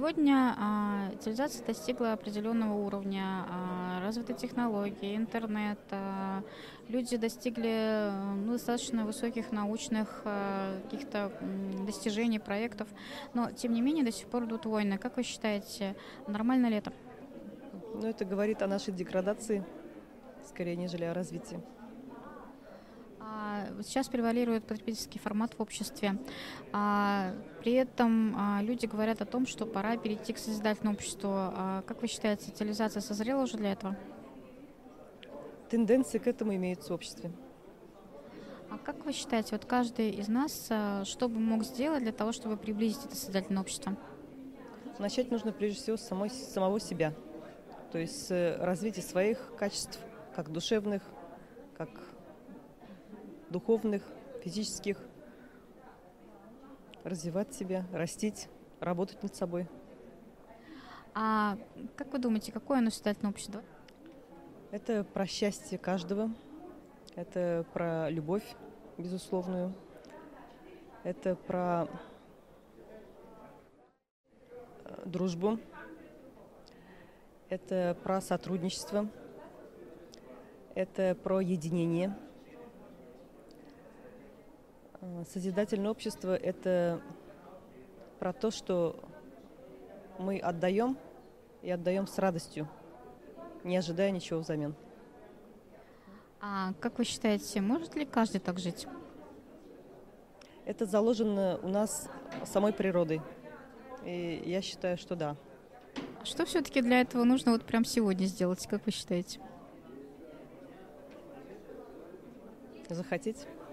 Сегодня цивилизация достигла определенного уровня, развиты технологии, интернет, люди достигли достаточно высоких научных каких-то достижений, проектов, но тем не менее до сих пор идут войны. Как вы считаете, нормально ли это? Но это говорит о нашей деградации, скорее, нежели о развитии. Вот сейчас превалирует потребительский формат в обществе. При этом люди говорят о том, что пора перейти к созидательному обществу. Как вы считаете, цивилизация созрела уже для этого? Тенденции к этому имеются в обществе. А как вы считаете, вот каждый из нас что бы мог сделать для того, чтобы приблизить это созидательное общество? Начать нужно прежде всего с самого себя, то есть с развития своих качеств, как душевных, как духовных, физических, развивать себя, растить, работать над собой. А как вы думаете, какое оно созидательное общество? Это про счастье каждого, это про любовь безусловную, это про дружбу, это про сотрудничество, это про единение. Созидательное общество – это про то, что мы отдаем и отдаем с радостью, не ожидая ничего взамен. А как вы считаете, может ли каждый так жить? Это заложено у нас самой природой. И я считаю, что да. А что все-таки для этого нужно вот прямо сегодня сделать, как вы считаете? Захотеть.